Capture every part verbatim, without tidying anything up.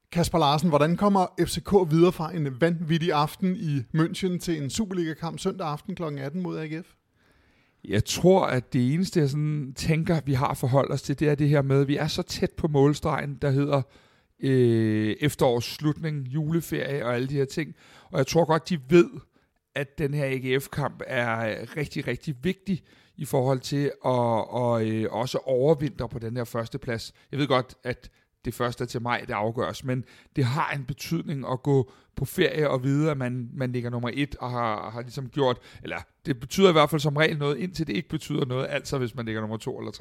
Kasper Larsen, hvordan kommer F C K videre fra en vanvittig aften i München til en Superliga-kamp søndag aften klokken atten mod A G F? Jeg tror, at det eneste, jeg sådan tænker, vi har forholdt os til, det er det her med, at vi er så tæt på målstregen, der hedder øh, efterårsslutning, juleferie og alle de her ting. Og jeg tror godt, de ved, at den her A G F-kamp er rigtig, rigtig vigtig i forhold til at og, øh, også overvintre på den her første plads. Jeg ved godt, at det første er til maj, det afgøres, men det har en betydning at gå på ferie og vide, at man, man ligger nummer et og har, har ligesom gjort, eller det betyder i hvert fald som regel noget, indtil det ikke betyder noget, altså hvis man ligger nummer to eller tre.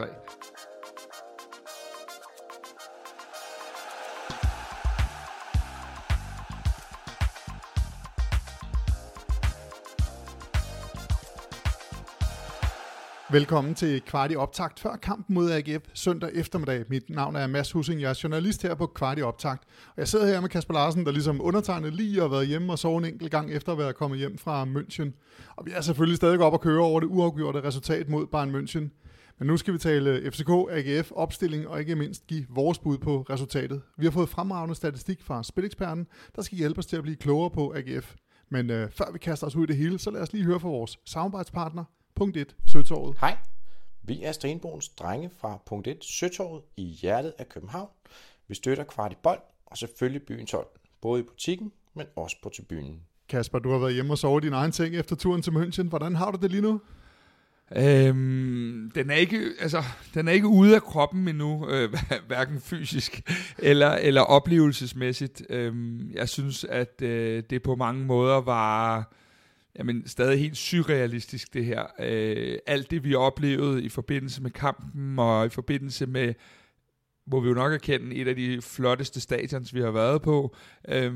Velkommen til Kvart i Optakt før kampen mod A G F søndag eftermiddag. Mit navn er Mads Hussing, jeg er journalist her på Kvart i Optakt. Og jeg sidder her med Kasper Larsen, der ligesom undertegnet lige har været hjemme og sovet en enkelt gang efter at være kommet hjem fra München. Og vi er selvfølgelig stadig op og køre over det uafgjorte resultat mod Bayern München. Men nu skal vi tale F C K, A G F, opstilling og ikke mindst give vores bud på resultatet. Vi har fået fremragende statistik fra Spileksperten, der skal hjælpe os til at blive klogere på A G F. Men øh, før vi kaster os ud i det hele, så lad os lige høre fra vores samarbejdspartner. Punkt et, Søtorvet. Hej, vi er Stenbroens drenge fra Punkt et, Søtorvet i hjertet af København. Vi støtter Kvart i Bold og selvfølgelig byens hold, både i butikken, men også på tribunen. Kasper, du har været hjemme og sovet din egen ting efter turen til München. Hvordan har du det lige nu? Øhm, den er ikke, altså, den er ikke ude af kroppen endnu, øh, hverken fysisk eller, eller oplevelsesmæssigt. Øhm, jeg synes, at øh, det på mange måder var... Jamen, stadig helt surrealistisk det her. Øh, alt det, vi oplevede i forbindelse med kampen, og i forbindelse med, må vi jo nok erkende, et af de flotteste stadions, vi har været på. Øh,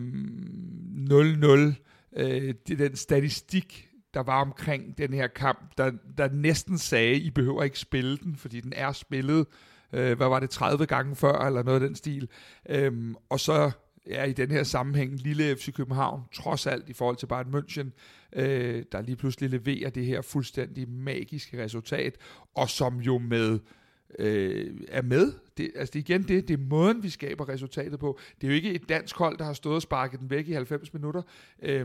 nul nul. Øh, det er den statistik, der var omkring den her kamp, der, der næsten sagde, I behøver ikke spille den, fordi den er spillet. Øh, hvad var det, tredive gange før, eller noget af den stil. Øh, og så... Ja, i den her sammenhæng, lille F C København, trods alt i forhold til Bayern München, øh, der lige pludselig leverer det her fuldstændig magiske resultat, og som jo med øh, er med. Det, altså det igen, det, det er måden, vi skaber resultatet på. Det er jo ikke et dansk hold, der har stået og sparket den væk i halvfems minutter. Øh,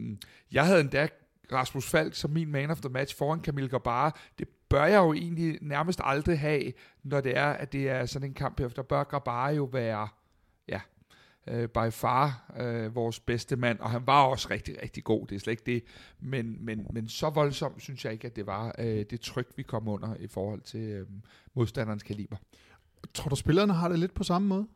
jeg havde endda Rasmus Falk som min man of the match foran Kamil Grabara. Det bør jeg jo egentlig nærmest aldrig have, når det er, at det er sådan en kamp her. Der bør Grabara jo være... ja. Uh, by far uh, vores bedste mand, og han var også rigtig, rigtig god, det er slet ikke det, men, men, men så voldsomt synes jeg ikke, at det var uh, det tryk, vi kom under i forhold til uh, modstanderens kaliber. Tror du, spillerne har det lidt på samme måde?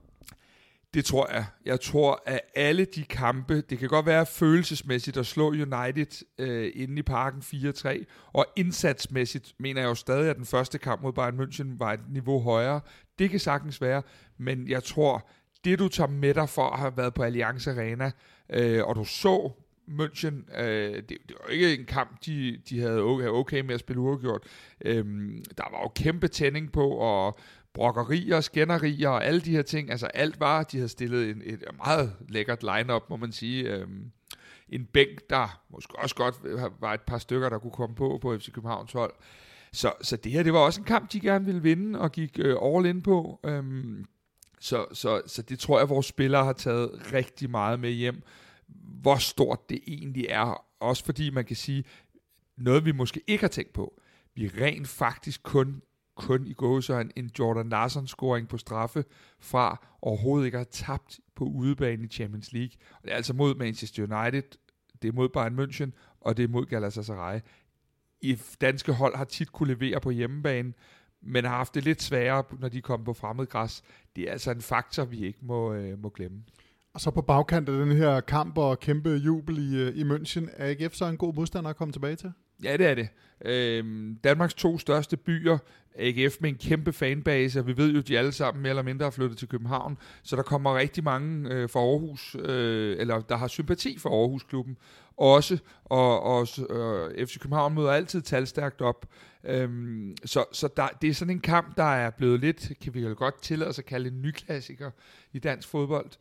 Det tror jeg. Jeg tror, at alle de kampe, det kan godt være følelsesmæssigt at slå United uh, inde i parken fire tre, og indsatsmæssigt mener jeg jo stadig, at den første kamp mod Bayern München var et niveau højere. Det kan sagtens være, men jeg tror, det du tager med dig for at have været på Allianz Arena, øh, og du så München, øh, det, det var ikke en kamp, de, de havde okay, okay med at spille uafgjort. Øh, der var jo kæmpe tænding på, og brokkerier, skænderier og alle de her ting. Altså alt var, de havde stillet en, et meget lækkert line-up, må man sige. Øh, en bænk, der måske også godt var et par stykker, der kunne komme på på F C Københavns hold. Så, så det her, det var også en kamp, de gerne ville vinde, og gik øh, all in på. Øh, Så, så, så det tror jeg, at vores spillere har taget rigtig meget med hjem, hvor stort det egentlig er. Også fordi man kan sige, noget vi måske ikke har tænkt på. Vi rent faktisk kun, kun i gåsøjne en Jordan Larsson-scoring på straffe fra overhovedet ikke har tabt på udebane i Champions League. Og det er altså mod Manchester United, det er mod Bayern München, og det er mod Galatasaray. I danske hold har tit kunne levere på hjemmebane, men har haft det lidt sværere, når de kommer på fremmed græs. Det er altså en faktor, vi ikke må, øh, må glemme. Og så på bagkant af den her kamp og kæmpe jubel i, i München, er A G F så en god modstander at komme tilbage til? Ja, det er det. Øhm, Danmarks to største byer, A G F med en kæmpe fanbase, og vi ved jo, at de alle sammen mere eller mindre har flyttet til København, så der kommer rigtig mange øh, fra Aarhus, øh, eller der har sympati for Aarhus-klubben også, og, og øh, F C København møder altid talstærkt op. Øhm, så så der, det er sådan en kamp, der er blevet lidt, kan vi jo godt tillade os at kalde en ny klassiker i dansk fodbold.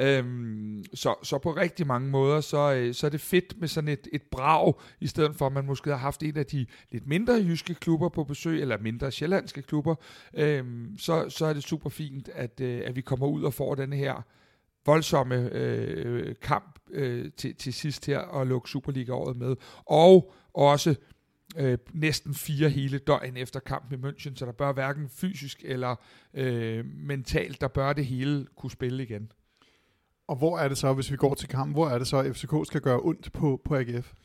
Øhm, så, så på rigtig mange måder, så, så er det fedt med sådan et, et brag, i stedet for at man måske har haft en af de lidt mindre jyske klubber på besøg, eller mindre sjællandske klubber, øhm, så, så er det super fint, at, øh, at vi kommer ud og får den her voldsomme øh, kamp øh, til, til sidst her og lukke Superliga-året med. Og også øh, næsten fire hele døgn efter kampen i München, så der bør hverken fysisk eller øh, mentalt, der bør det hele kunne spille igen. Og hvor er det så, hvis vi går til kampen, hvor er det så, at F C K skal gøre ondt på, på A G F?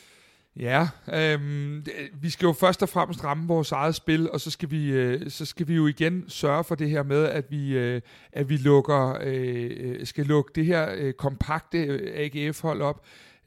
Ja, øhm, vi skal jo først og fremmest ramme vores eget spil, og så skal vi, øh, så skal vi jo igen sørge for det her med, at vi, øh, at vi lukker, øh, skal lukke det her øh, kompakte A G F-hold op.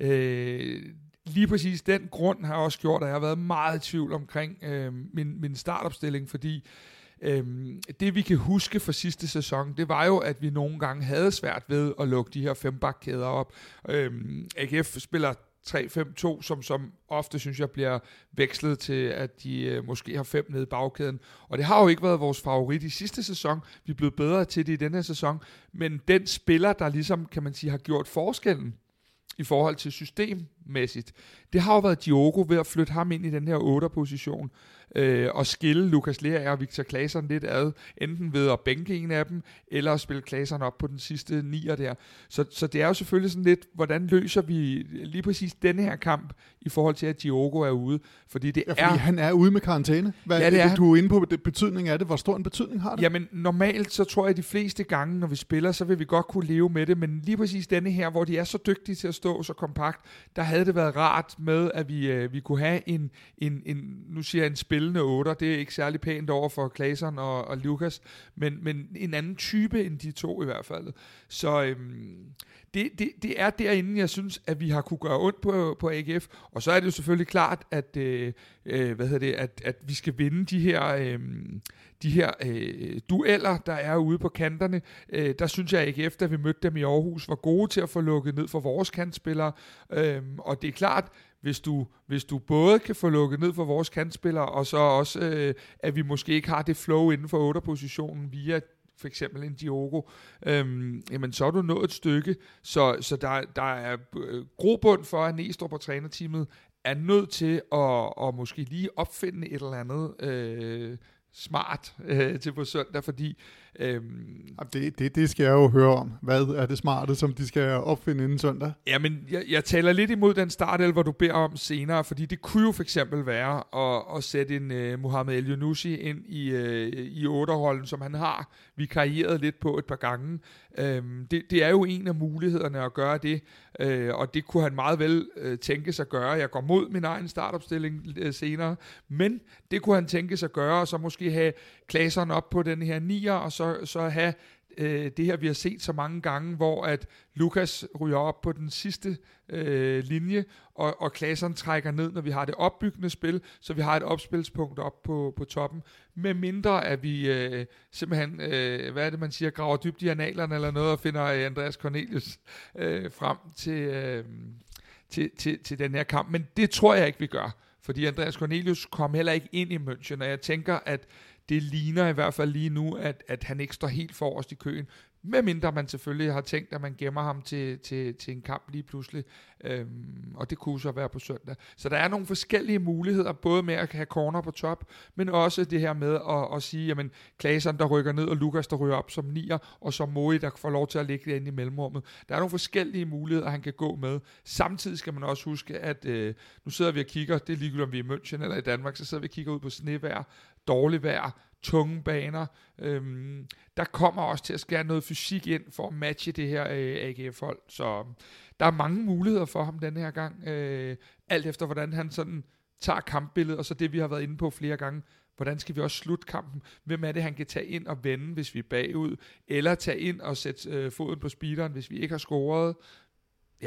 Øh, lige præcis den grund har også gjort, at jeg har været meget i tvivl omkring øh, min, min startopstilling, fordi Øhm, det vi kan huske fra sidste sæson, det var jo, at vi nogle gange havde svært ved at lukke de her fembakkæder op. Øhm, A G F spiller tre fem to, som, som ofte, synes jeg, bliver vekslet til, at de øh, måske har fem nede i bagkæden. Og det har jo ikke været vores favorit i sidste sæson. Vi er blevet bedre til det i denne sæson. Men den spiller, der ligesom, kan man sige, har gjort forskellen i forhold til systemmæssigt, det har jo været Diogo ved at flytte ham ind i den her otter-position øh, og skille Lukas Lerager og Victor Claesson lidt ad, enten ved at bænke en af dem, eller at spille Claesson op på den sidste nier der. Så, så det er jo selvfølgelig sådan lidt, hvordan løser vi lige præcis denne her kamp i forhold til, at Diogo er ude? Fordi det ja, fordi er... han er ude med karantæne. Hvad ja, det er du er inde på det, betydning af det. Hvor stor en betydning har det? Jamen, normalt så tror jeg, at de fleste gange, når vi spiller, så vil vi godt kunne leve med det, men lige præcis denne her, hvor de er så dygtige til at stå så kompakt, der havde det været rart med, at vi, øh, vi kunne have en, en, en, nu siger jeg en spillende otter, det er ikke særlig pænt over for Claesson og, og Lukas, men, men en anden type end de to i hvert fald. Så øhm, det, det, det er derinde, jeg synes, at vi har kunne gøre ondt på, på A G F, og så er det jo selvfølgelig klart, at, øh, øh, hvad hedder det, at, at vi skal vinde de her... Øh, de her øh, dueller, der er ude på kanterne. Øh, der synes jeg, at A G F, da vi mødte dem i Aarhus, var gode til at få lukket ned for vores kantspillere. Øh, og det er klart, hvis du, hvis du både kan få lukket ned for vores kantspillere, og så også, øh, at vi måske ikke har det flow inden for otter-positionen via for eksempel en Diogo, øhm, jamen så er du nået et stykke. Så, så der, der er øh, grobund for, at Næstrup og trænerteamet er nødt til at, at måske lige opfinde et eller andet øh, smart øh, til på søndag, fordi øhm, det, det, det skal jeg jo høre om. Hvad er det smarte, som de skal opfinde inden søndag? Jamen, jeg, jeg taler lidt imod den startelver, du beder om senere, fordi det kunne jo for eksempel være at, at sætte en uh, Mohamed El Yunusi ind i, uh, i otterholden, som han har vikarieret lidt på et par gange. Um, det, det er jo en af mulighederne at gøre det, uh, og det kunne han meget vel uh, tænke sig at gøre. Jeg går mod min egen startopstilling uh, senere, men det kunne han tænke sig at gøre, og så måske have Claesson op på den her nier, og så, så have øh, det her, vi har set så mange gange, hvor at Lukas ryger op på den sidste øh, linje, og, og Claesson trækker ned, når vi har det opbyggende spil, så vi har et opspilspunkt op på, på toppen, med mindre at vi øh, simpelthen, øh, hvad er det man siger, graver dybt i analerne eller noget, og finder øh, Andreas Cornelius øh, frem til, øh, til, til, til den her kamp. Men det tror jeg ikke, vi gør, fordi Andreas Cornelius kom heller ikke ind i München, og jeg tænker, at det ligner i hvert fald lige nu, at, at han ikke står helt forrest i køen. Medmindre man selvfølgelig har tænkt, at man gemmer ham til, til, til en kamp lige pludselig. Øhm, og det kunne så være på søndag. Så der er nogle forskellige muligheder, både med at have corner på top, men også det her med at, at sige, jamen Claesson, der rykker ned, og Lukas, der rykker op som nier, og så Moi, der får lov til at ligge derinde i mellemrummet. Der er nogle forskellige muligheder, han kan gå med. Samtidig skal man også huske, at øh, nu sidder vi og kigger, det er ligegyldigt om vi er i München eller i Danmark, så sidder vi og kigger ud på snevejr, dårligt vejr, tunge baner. Øhm, der kommer også til at skære noget fysik ind for at matche det her øh, A G F-hold. Så der er mange muligheder for ham denne her gang. Øh, alt efter, hvordan han sådan tager kampbilledet, og så det, vi har været inde på flere gange. Hvordan skal vi også slutte kampen? Hvem er det, han kan tage ind og vende, hvis vi er bagud? Eller tage ind og sætte øh, foden på speederen, hvis vi ikke har scoret? Ja.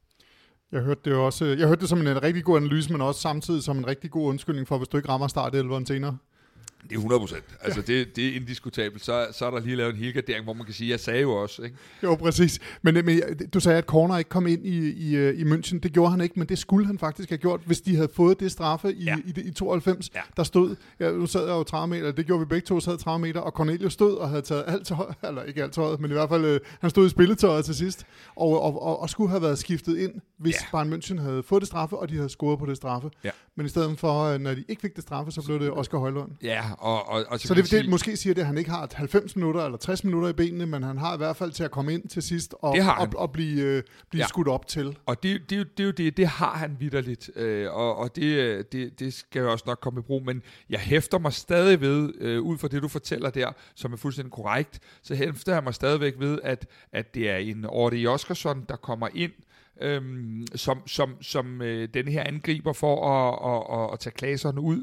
Jeg hørte det også. Jeg hørte det som en rigtig god analyse, men også samtidig som en rigtig god undskyldning for, hvis du ikke rammer startelveren senere. Det er hundrede procent. Altså, ja. det, det er indiskutabelt. Så, så er der lige lavet en helgardering, hvor man kan sige, jeg sagde jo også, ikke? Jo, præcis. Men, men du sagde, at Corner ikke kom ind i, i, i München. Det gjorde han ikke, men det skulle han faktisk have gjort, hvis de havde fået det straffe i, ja. i, i, i tooghalvfems. Ja. Der stod, ja, nu sad jeg jo tredive meter, det gjorde vi begge to, sad tredive meter, og Cornelius stod og havde taget alt til højre, eller ikke alt til højre, men i hvert fald, øh, han stod i spilletøjet til sidst, og, og, og, og skulle have været skiftet ind, hvis ja. Bayern München havde fået det straffe, og de havde scoret på det straffe. Ja. Men i stedet for, når de ikke fik det straffe, så blev det Oscar Højlund. Ja, Ja, og, og, og så, så det, sige, det måske siger det, at han ikke har halvfems minutter eller tres minutter i benene, men han har i hvert fald til at komme ind til sidst og, og, og blive, øh, blive ja. skudt op til. Og det, det, det er jo det, det har han vitterligt, øh, og, og det, det, det skal jo også nok komme i brug, men jeg hæfter mig stadig ved, øh, ud fra det du fortæller der, som er fuldstændig korrekt, så hæfter jeg mig stadigvæk ved, at, at det er en Orte Oskarsson, der kommer ind, Øhm, som, som, som øh, denne her angriber for at, at, at, at tage klaserne ud.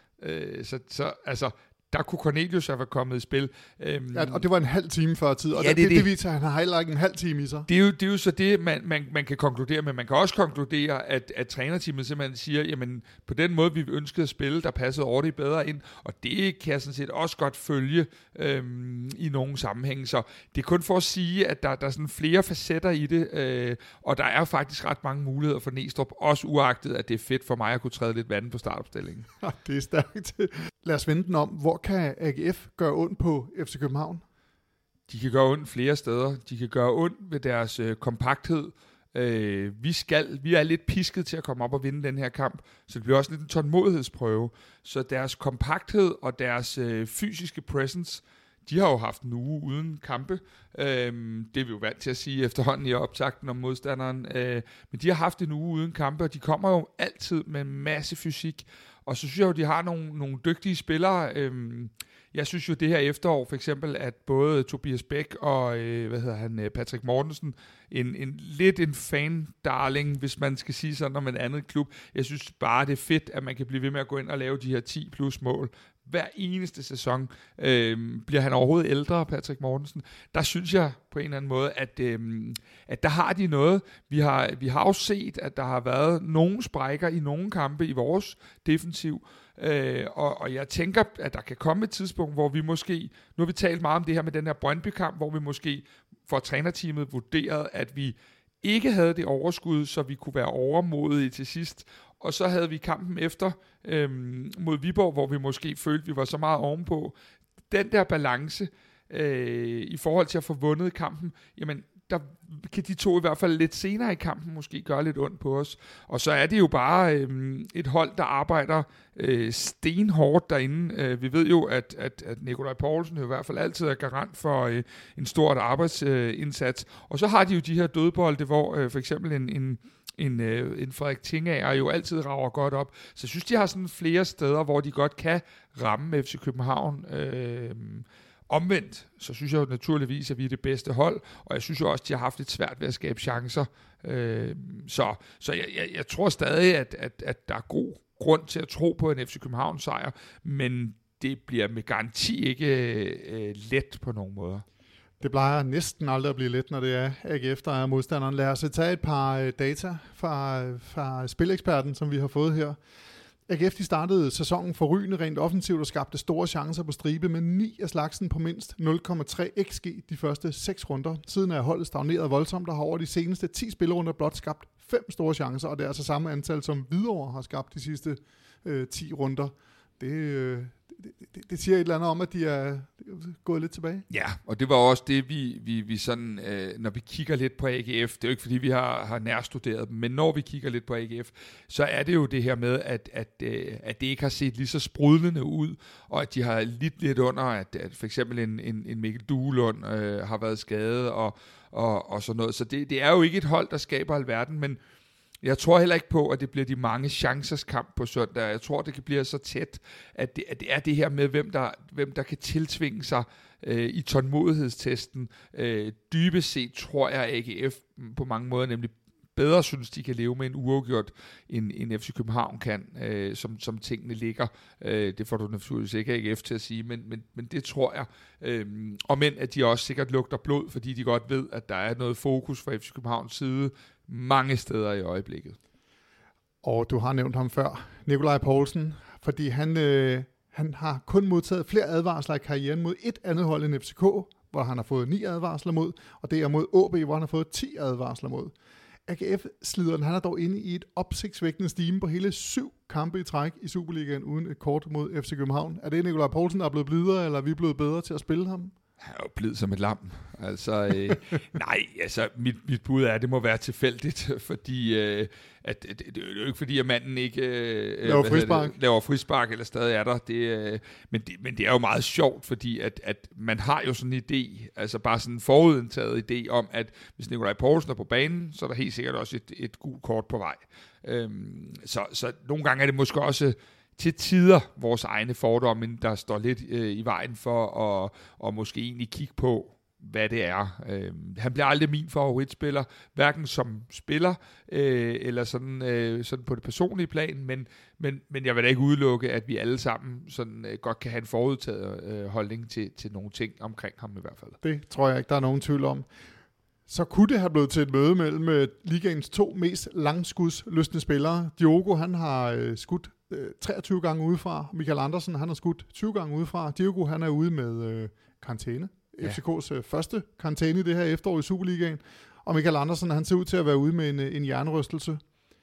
Øh, så, så altså, der kunne Cornelius have været kommet i spil. Øhm, ja, og det var en halv time før tid, og ja, det, det, det, det, det viser, at han har heller ikke en halv time i sig. Det er jo, det er jo så det, man, man, man kan konkludere, men man kan også konkludere, at, at trænerteamet simpelthen siger, jamen på den måde, vi ønskede at spille, der passede Orte bedre ind, og det kan jeg sådan set også godt følge øhm, i nogle sammenhænge. Så det er kun for at sige, at der, der er sådan flere facetter i det, øh, og der er faktisk ret mange muligheder for Næstrup, også uagtet, at det er fedt for mig at kunne træde lidt vand på startopstillingen. Ja, det er stærkt. Lad os vende den om. Hvor kan A G F gøre ondt på F C København? De kan gøre ondt flere steder. De kan gøre ondt ved deres øh, kompakthed. Øh, vi, skal, vi er lidt pisket til at komme op og vinde den her kamp, så det bliver også lidt en tålmodighedsprøve. Så deres kompakthed og deres øh, fysiske presence, de har jo haft en uge uden kampe. Øh, det er vi jo vant til at sige efterhånden i optakten om modstanderen. Øh, men de har haft en uge uden kampe, og de kommer jo altid med en masse fysik. Og så synes jeg jo, de har nogle, nogle dygtige spillere. Øhm, jeg synes jo det her efterår, for eksempel, at både Tobias Bæk og øh, hvad hedder han, Patrick Mortensen, en, en, lidt en fan-darling, hvis man skal sige sådan om en andet klub. Jeg synes bare, det er fedt, at man kan blive ved med at gå ind og lave de her ti plus mål. Hver eneste sæson øh, bliver han overhovedet ældre, Patrick Mortensen. Der synes jeg på en eller anden måde, at, øh, at der har de noget. Vi har, vi har jo set, at der har været nogle sprækker i nogle kampe i vores defensiv, øh, og, og jeg tænker, at der kan komme et tidspunkt, hvor vi måske, nu har vi talt meget om det her med den her Brøndby-kamp, hvor vi måske for trænerteamet vurderede, at vi ikke havde det overskud, så vi kunne være overmodige til sidst. Og så havde vi kampen efter øhm, mod Viborg, hvor vi måske følte, at vi var så meget ovenpå. Den der balance øh, i forhold til at få vundet kampen, jamen der kan de to i hvert fald lidt senere i kampen måske gøre lidt ondt på os. Og så er det jo bare øh, et hold, der arbejder øh, stenhårdt derinde. Øh, vi ved jo, at, at, at Nikolaj Poulsen i hvert fald altid er garant for øh, en stor arbejdsindsats. Øh, og så har de jo de her dødbolde, hvor øh, for eksempel en, en En, øh, en Frederik Tingager jo altid rager godt op. Så jeg synes, de har sådan flere steder, hvor de godt kan ramme F C København. Øh, omvendt, så synes jeg jo naturligvis, at vi er det bedste hold, og jeg synes jo også, at de har haft lidt svært ved at skabe chancer. Øh, så så jeg, jeg, jeg tror stadig, at, at, at der er god grund til at tro på en F C København sejr, men det bliver med garanti ikke øh, let på nogen måder. Det plejer næsten aldrig at blive let, når det er A G F, der er modstanderen. Lad os tage et par data fra, fra Spileksperten, som vi har fået her. A G F de startede sæsonen forrygende rent offensivt og skabte store chancer på stribe med ni af slagsen på mindst nul komma tre x g de første seks runder. Siden er holdet stagneret voldsomt, der har over de seneste ti spillerunder blot skabt fem store chancer, og det er altså samme antal, som Hvidovre har skabt de sidste øh, ti runder. Det øh, Det, det, det siger et eller andet om, at de er gået lidt tilbage. Ja, og det var også det, vi, vi, vi sådan, øh, når vi kigger lidt på A G F, det er jo ikke fordi, vi har, har nærstuderet dem, men når vi kigger lidt på A G F, så er det jo det her med, at, at, øh, at det ikke har set lige så sprudlende ud, og at de har lidt lidt under, at, at for eksempel en, en, en Mikkel Duelund øh, har været skadet, og, og, og sådan noget. Så det, det er jo ikke et hold, der skaber alverden, men jeg tror heller ikke på, at det bliver de mange chancers kamp på søndag. Jeg tror, det kan blive så tæt, at det, at det er det her med, hvem der, hvem der kan tiltvinge sig øh, i tålmodighedstesten. Øh, dybest set tror jeg, at A G F på mange måder nemlig bedre synes, de kan leve med en uafgjort, end, end F C København kan, øh, som, som tingene ligger. Øh, det får du naturligvis ikke A G F til at sige, men, men, men det tror jeg. Øh, og men at de også sikkert lugter blod, fordi de godt ved, at der er noget fokus fra F C Københavns side mange steder i øjeblikket. Og du har nævnt ham før, Nikolaj Poulsen, fordi han, øh, han har kun modtaget flere advarsler i karrieren mod et andet hold end F C K, hvor han har fået ni advarsler mod, og det er mod A B, hvor han har fået ti advarsler mod. A G F-slideren, han er dog inde i et opsigtsvækkende stime på hele syv kampe i træk i Superligaen uden et kort mod F C København. Er det Nikolaj Poulsen, der er blevet blidere, eller er vi blevet bedre til at spille ham? Han er jo blevet som et lam. Altså, øh, nej, altså, mit, mit bud er, at det må være tilfældigt, fordi øh, at, det, det er jo ikke fordi, at manden ikke øh, laver frispark. Det, laver frispark, eller stadig er der. Det, øh, men, det, men det er jo meget sjovt, fordi at, at man har jo sådan en idé, altså bare sådan en forudindtaget idé om, at hvis Nikolaj Poulsen er på banen, så er der helt sikkert også et, et gult kort på vej. Øhm, så, så nogle gange er det måske også til tider vores egne fordomme, der står lidt øh, i vejen for at, at måske egentlig kigge på, hvad det er. Øh, han bliver aldrig min favoritspiller, hverken som spiller, øh, eller sådan, øh, sådan på det personlige plan, men, men, men jeg vil da ikke udelukke, at vi alle sammen sådan, øh, godt kan have en forudtaget øh, holdning til, til nogle ting omkring ham i hvert fald. Det tror jeg ikke, der er nogen tvivl om. Så kunne det have blevet til et møde mellem ligaens to mest langskudsløsne spillere. Diogo, han har øh, skudt øh, treogtyve gange udefra. Michael Andersen, han har skudt tyve gange udefra. Diogo, han er ude med øh, karantæne. Ja. F C K's øh, første karantæne i det her efterår i Superligaen. Og Michael Andersen, han ser ud til at være ude med en, en hjernerystelse.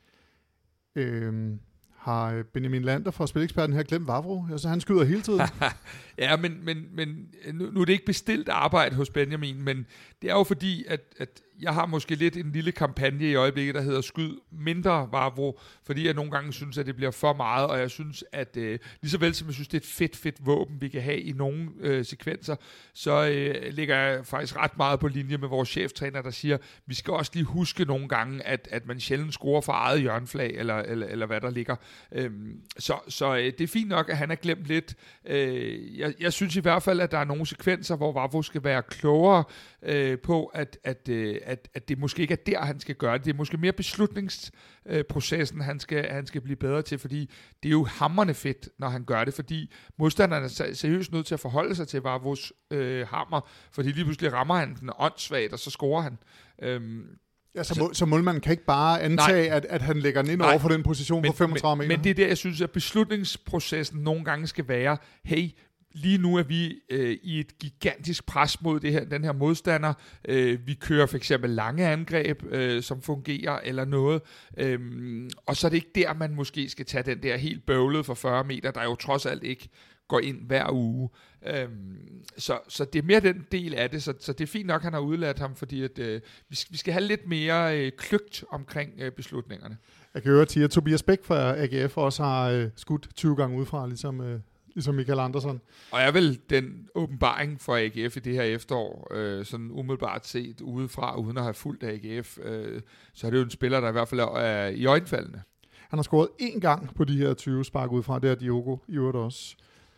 Øhm, har Benjamin Lander fra Spileksperten her glemt Vavro? Altså, han skyder hele tiden. Ja, men, men, men nu, nu er det ikke bestilt arbejde hos Benjamin, men det er jo fordi, at, at jeg har måske lidt en lille kampagne i øjeblikket, der hedder skyd mindre Vavro, fordi jeg nogle gange synes, at det bliver for meget, og jeg synes, at øh, lige så vel som jeg synes, det er et fedt, fedt våben, vi kan have i nogle øh, sekvenser, så øh, ligger jeg faktisk ret meget på linje med vores cheftræner, der siger, vi skal også lige huske nogle gange, at, at man sjældent scorer for eget hjørneflag, eller, eller, eller hvad der ligger. Øhm, så så øh, det er fint nok, at han har glemt lidt. Øh, jeg, jeg synes i hvert fald, at der er nogle sekvenser, hvor Vavro skal være klogere øh, på, at, at, øh, at, at det måske ikke er der, han skal gøre det. Det er måske mere beslutningsprocessen, han skal, han skal blive bedre til, fordi det er jo hamrende fedt, når han gør det, fordi modstanderne er seriøst nødt til at forholde sig til Vavros øh, hammer, fordi lige pludselig rammer han den åndssvagt, og så scorer han. Øhm, Ja, så, må, så målmanden kan ikke bare antage, at, at han lægger den ind over for den position men, på femogtredive meter. Men, men det er der, jeg synes, at beslutningsprocessen nogle gange skal være, hey, lige nu er vi øh, i et gigantisk pres mod det her, den her modstander. Øh, vi kører for eksempel lange angreb, øh, som fungerer, eller noget. Øh, og så er det ikke der, man måske skal tage den der helt bøvlede for fyrre meter, der jo trods alt ikke går ind hver uge. Øhm, så, så det er mere den del af det, så, så det er fint nok, han har udladt ham, fordi at, øh, vi, skal, vi skal have lidt mere øh, kløgt omkring øh, beslutningerne. Jeg kan høre til, at Tobias Bæk fra A G F også har øh, skudt tyve gange udefra, ligesom, øh, ligesom Michael Andersen. Og er vel den åbenbaring for A G F i det her efterår, øh, sådan umiddelbart set udefra, uden at have fulgt A G F, øh, så er det jo en spiller, der i hvert fald er, er i øjenfaldene. Han har scoret én gang på de her tyve spark udefra, det er Diogo i øvrigt også.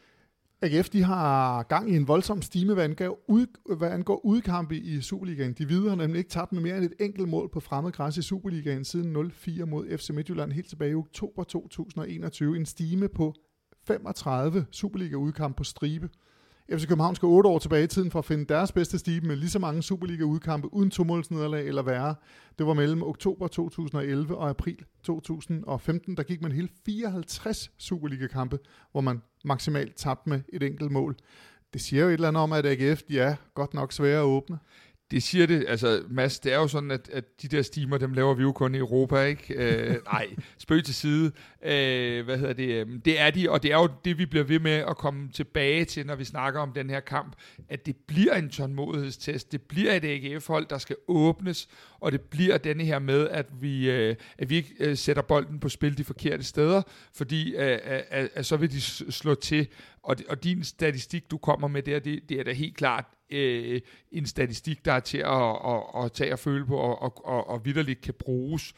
A G F, de har gang i en voldsom stime, hvad angår, ud, hvad angår udkampe i Superligaen. De hvide har nemlig ikke tabt med mere end et enkelt mål på fremmed græs i Superligaen siden nul fire mod F C Midtjylland helt tilbage i oktober to tusind og enogtyve. En stime på femogtredive Superliga-udkampe på stribe. F C København skal otte år tilbage i tiden for at finde deres bedste stime med lige så mange Superliga-udkampe uden tomålsnederlag eller værre. Det var mellem oktober to tusind og elleve og april to tusind og femten. Der gik man hele fireoghalvtreds Superliga-kampe, hvor man maksimalt tabte med et enkelt mål. Det siger jo et eller andet om, at A G F, de er godt nok svære at åbne. Det siger det, altså Mads, det er jo sådan, at, at de der stimer, dem laver vi jo kun i Europa, ikke? Øh, nej, spøg til side. Øh, hvad hedder det? Det er de, og det er jo det, vi bliver ved med at komme tilbage til, når vi snakker om den her kamp, at det bliver en tålmodighedstest. Det bliver et A G F-hold, der skal åbnes, og det bliver denne her med, at vi, øh, at vi ikke øh, sætter bolden på spil de forkerte steder, fordi øh, øh, øh, så vil de slå til. Og, og din statistik, du kommer med der, det, det er da helt klart øh, en statistik, der er til at, at, at tage og føle på, og, og, og, og vitterligt kan bruges.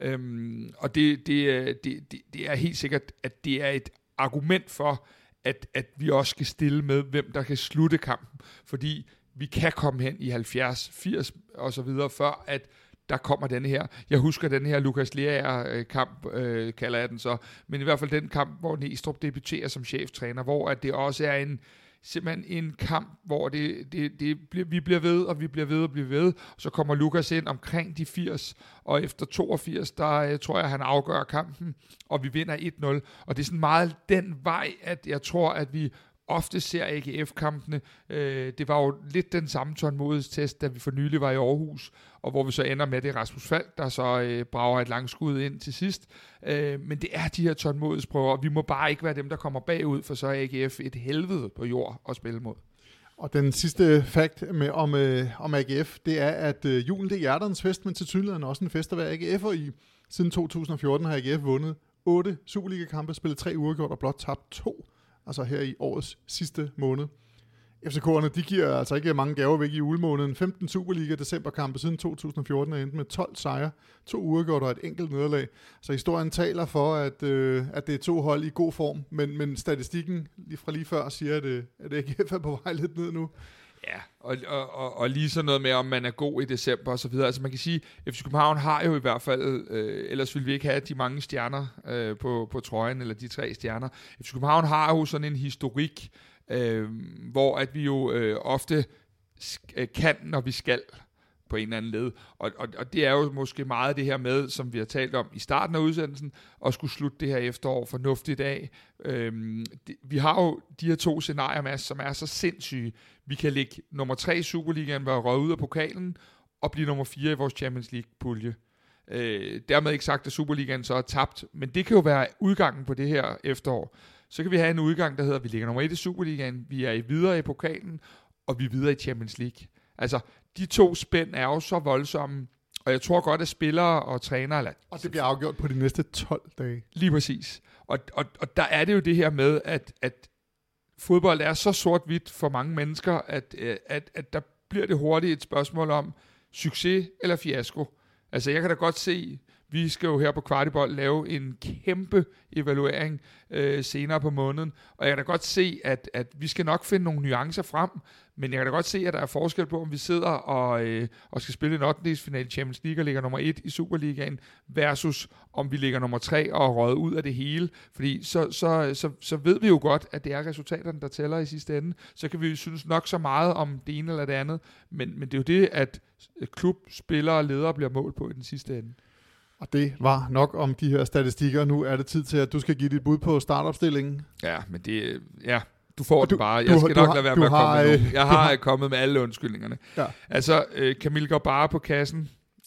Øhm, og det, det, det, det er helt sikkert, at det er et argument for, at, at vi også skal stille med, hvem der kan slutte kampen. Fordi vi kan komme hen i halvfjerds, firs og så videre, før at der kommer denne her. Jeg husker den her Lukas Lerager-kamp, øh, kalder jeg den så, men i hvert fald den kamp, hvor Næstrup debuterer som cheftræner, hvor at det også er en simpelthen en kamp, hvor det, det, det, vi bliver ved, og vi bliver ved og bliver ved, og så kommer Lukas ind omkring de firs, og efter toogfirs, der jeg tror jeg, han afgør kampen, og vi vinder et nul, og det er sådan meget den vej, at jeg tror, at vi ofte ser A G F-kampene. Øh, det var jo lidt den samme tålmodighedstest, da vi for nylig var i Aarhus, og hvor vi så ender med det Rasmus Falk, der så øh, brager et langskud ind til sidst. Øh, men det er de her tålmodighedsprøver, og vi må bare ikke være dem, der kommer bagud, for så er A G F et helvede på jord at spille mod. Og den sidste fakt med, om, øh, om A G F, det er, at øh, julen det er hjerternes fest, men til tydeligheden også en fest at være A G F'er i. Siden to tusind og fjorten har A G F vundet otte Superliga-kampe, spillet tre uafgjort og blot tabt to, altså her i årets sidste måned. F C K'erne, de giver altså ikke mange gaver væk i julemåneden. femten Superliga-decemberkampe siden to tusind og fjorten er endt med tolv sejre, to uafgjort og et enkelt nederlag. Så historien taler for, at, øh, at det er to hold i god form, men, men statistikken lige fra lige før siger, at, øh, at A G F er på vej lidt ned nu. Ja, og, og, og, og lige sådan noget med, om man er god i december og så videre. Altså man kan sige, at F C København har jo i hvert fald, øh, ellers ville vi ikke have de mange stjerner øh, på, på trøjen, eller de tre stjerner. F C København har jo sådan en historik, øh, hvor at vi jo øh, ofte sk- kan, når vi skal på en eller anden led. Og, og, og det er jo måske meget det her med, som vi har talt om i starten af udsendelsen, at skulle slutte det her efterår fornuftigt af. Øhm, det, vi har jo de her to scenarier, Mads, som er så sindssyge. Vi kan ligge nummer tre i Superligaen, være røget ud af pokalen, og blive nummer fire i vores Champions League-pulje. Øh, dermed ikke sagt, at Superligaen så er tabt, men det kan jo være udgangen på det her efterår. Så kan vi have en udgang, der hedder, at vi ligger nummer et i Superligaen, vi er videre i pokalen, og vi er videre i Champions League. Altså, de to spænd er jo så voldsomme, og jeg tror godt, at spillere og trænere... Eller, og det bliver afgjort på de næste tolv dage. Lige præcis. Og, og, og der er det jo det her med, at, at fodbold er så sort-hvidt for mange mennesker, at, at, at der bliver det hurtigt et spørgsmål om succes eller fiasko. Altså, jeg kan da godt se... Vi skal jo her på Kvartibold lave en kæmpe evaluering øh, senere på måneden, og jeg kan da godt se, at, at vi skal nok finde nogle nuancer frem, men jeg kan da godt se, at der er forskel på, om vi sidder og, øh, og skal spille en ottendedelsfinale i Champions League og ligger nummer et i Superligaen, versus om vi ligger nummer tre og er røget ud af det hele, fordi så, så, så, så ved vi jo godt, at det er resultaterne, der tæller i sidste ende. Så kan vi jo synes nok så meget om det ene eller det andet, men, men det er jo det, at klub, spillere og ledere bliver målt på i den sidste ende. Og det var nok om de her statistikker. Nu er det tid til, at du skal give dit bud på startopstillingen. Ja, men det... Ja, du får du, den bare. Jeg du, skal du nok har, lade være med at har, komme med Jeg har, har kommet med alle undskyldningerne. Ja. Altså, øh, Camille Garbara på kassen.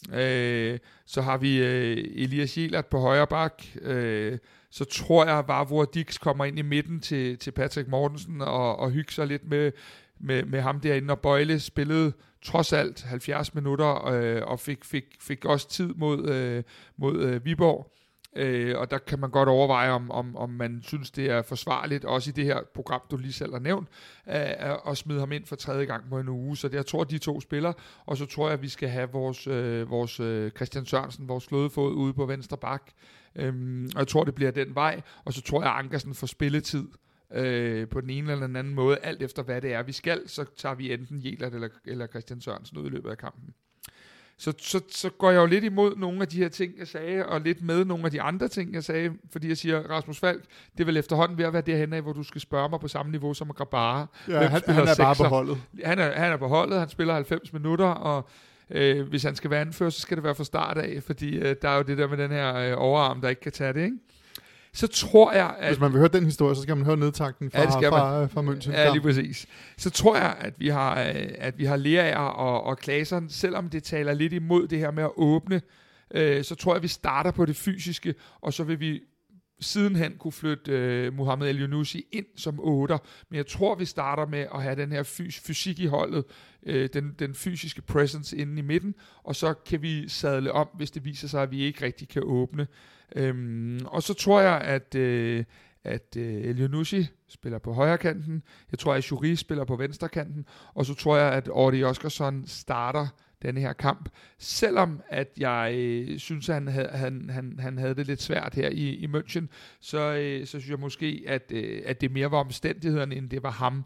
Øh, så har vi øh, Elias Jelert på højre bak. Øh, så tror jeg, at Vavro Dix kommer ind i midten til, til Patrick Mortensen og, og hygge sig lidt med, med, med ham derinde. Og Bøjle spillede trods alt halvfjerds minutter øh, og fik, fik, fik også tid mod, øh, mod øh, Viborg. Øh, og der kan man godt overveje, om, om, om man synes, det er forsvarligt, også i det her program, du lige selv har nævnt, at, at smide ham ind for tredje gang på en uge. Så det, jeg tror, de to spiller, og så tror jeg, at vi skal have vores, øh, vores øh, Christian Sørensen, vores flådefod ude på venstre bak. Øhm, og jeg tror, det bliver den vej, og så tror jeg, at Ankersen får spilletid øh, på den ene eller den anden måde, alt efter hvad det er, vi skal, så tager vi enten Jelert eller, eller Christian Sørensen ud i løbet af kampen. Så, så, så går jeg jo lidt imod nogle af de her ting, jeg sagde, og lidt med nogle af de andre ting, jeg sagde, fordi jeg siger, Rasmus Falk, det er vel efterhånden ved at være derhen af, hvor du skal spørge mig på samme niveau som Grabara. Ja, han, han er bare på holdet. Han er, han er på holdet, han spiller halvfems minutter, og øh, hvis han skal være anfører, så skal det være fra start af, fordi øh, der er jo det der med den her øh, overarm, der ikke kan tage det, ikke? Så tror jeg, at... Hvis man vil høre den historie, så skal man høre nedtakten fra, ja, fra, fra München. Ja, lige præcis. Så tror jeg, at vi har, at vi har Lerager og, og Claesson, selvom det taler lidt imod det her med at åbne, øh, så tror jeg, at vi starter på det fysiske, og så vil vi sidenhen kunne flytte øh, Mohamed El-Yunusi ind som otter. Men jeg tror, vi starter med at have den her fys- fysik i holdet, øh, den, den fysiske presence inde i midten, og så kan vi sadle om, hvis det viser sig, at vi ikke rigtig kan åbne. Øhm, og så tror jeg, at, øh, at øh, El-Yunusi spiller på højre kanten. Jeg tror, at Jury spiller på venstre kanten. Og så tror jeg, at Audi Oskarsson starter denne her kamp. Selvom at jeg øh, synes, at han havde, han, han, han havde det lidt svært her i, i München, så, øh, så synes jeg måske, at, øh, at det mere var omstændighederne, end det var ham.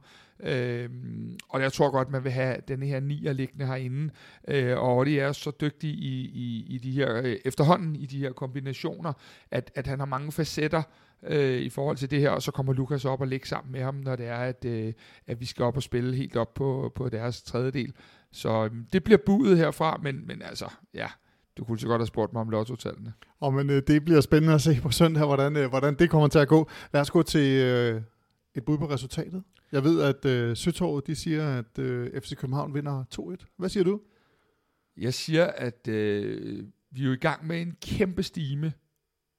Øhm, og jeg tror godt, man vil have denne her nier liggende herinde, øh, og de er så dygtige i, i, i de her, øh, efterhånden i de her kombinationer, at, at han har mange facetter øh, i forhold til det her, og så kommer Lukas op og ligge sammen med ham, når det er, at, øh, at vi skal op og spille helt op på, på deres tredjedel. Så øh, det bliver budet herfra, men, men altså, ja, du kunne så godt have spurgt mig om lottotallene. Og men øh, det bliver spændende at se på søndag, hvordan, øh, hvordan det kommer til at gå. Lad os gå til øh, et bud på resultatet. Jeg ved, at øh, Søtorvet, de siger, at øh, F C København vinder to et. Hvad siger du? Jeg siger, at øh, vi er jo i gang med en kæmpe stime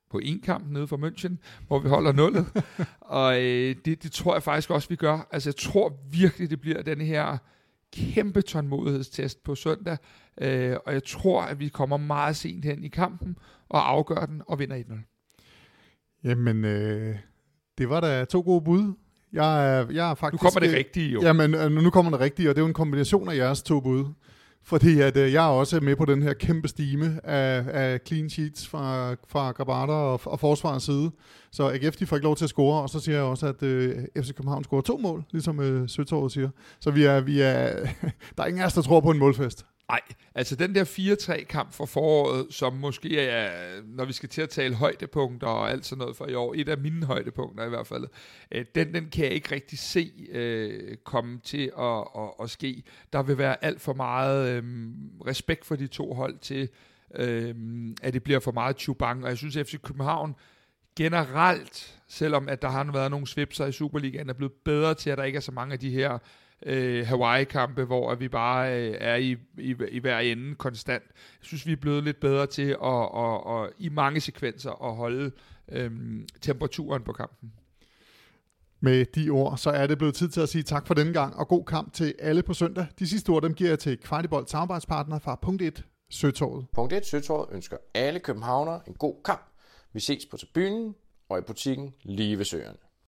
på en kamp nede fra München, hvor vi holder nullet. Og øh, det, det tror jeg faktisk også, vi gør. Altså jeg tror virkelig, det bliver den her kæmpe tålmodighedstest på søndag. Øh, og jeg tror, at vi kommer meget sent hen i kampen og afgør den og vinder et nul. Jamen, øh, det var da to gode bud. Jeg er, jeg er faktisk... Nu kommer det rigtige, jo. Jamen, nu kommer det rigtige, og det er jo en kombination af jeres to bud. Fordi at, øh, jeg er også med på den her kæmpe stime af, af clean sheets fra, fra Grabata og, og forsvarets side. Så A G F, de får ikke lov til at score, og så siger jeg også, at øh, F C København scorer to mål, ligesom øh, Søtorvet siger. Så vi er, vi er, der er ingen af os, der tror på en målfest. Nej, altså den der fire tre kamp for foråret, som måske er, når vi skal til at tale højdepunkter og alt sådan noget for i år, et af mine højdepunkter i hvert fald, øh, den, den kan jeg ikke rigtig se øh, komme til at, at, at ske. Der vil være alt for meget øh, respekt for de to hold til, øh, at det bliver for meget chubang, og jeg synes, at F C København generelt, selvom at der har været nogle svipser i Superligaen, er blevet bedre til, at der ikke er så mange af de her Øh, Hawaii-kampe, hvor vi bare øh, er i, i, i hver ende konstant. Jeg synes, vi er blevet lidt bedre til at, at, at, at, i mange sekvenser at holde øh, temperaturen på kampen. Med de ord, så er det blevet tid til at sige tak for denne gang, og god kamp til alle på søndag. De sidste ord, dem giver jeg til Kvartibold samarbejdspartner fra punkt et, Søtorvet. punkt et, Søtorvet ønsker alle københavnere en god kamp. Vi ses på tribunen og i butikken lige ved Søerne.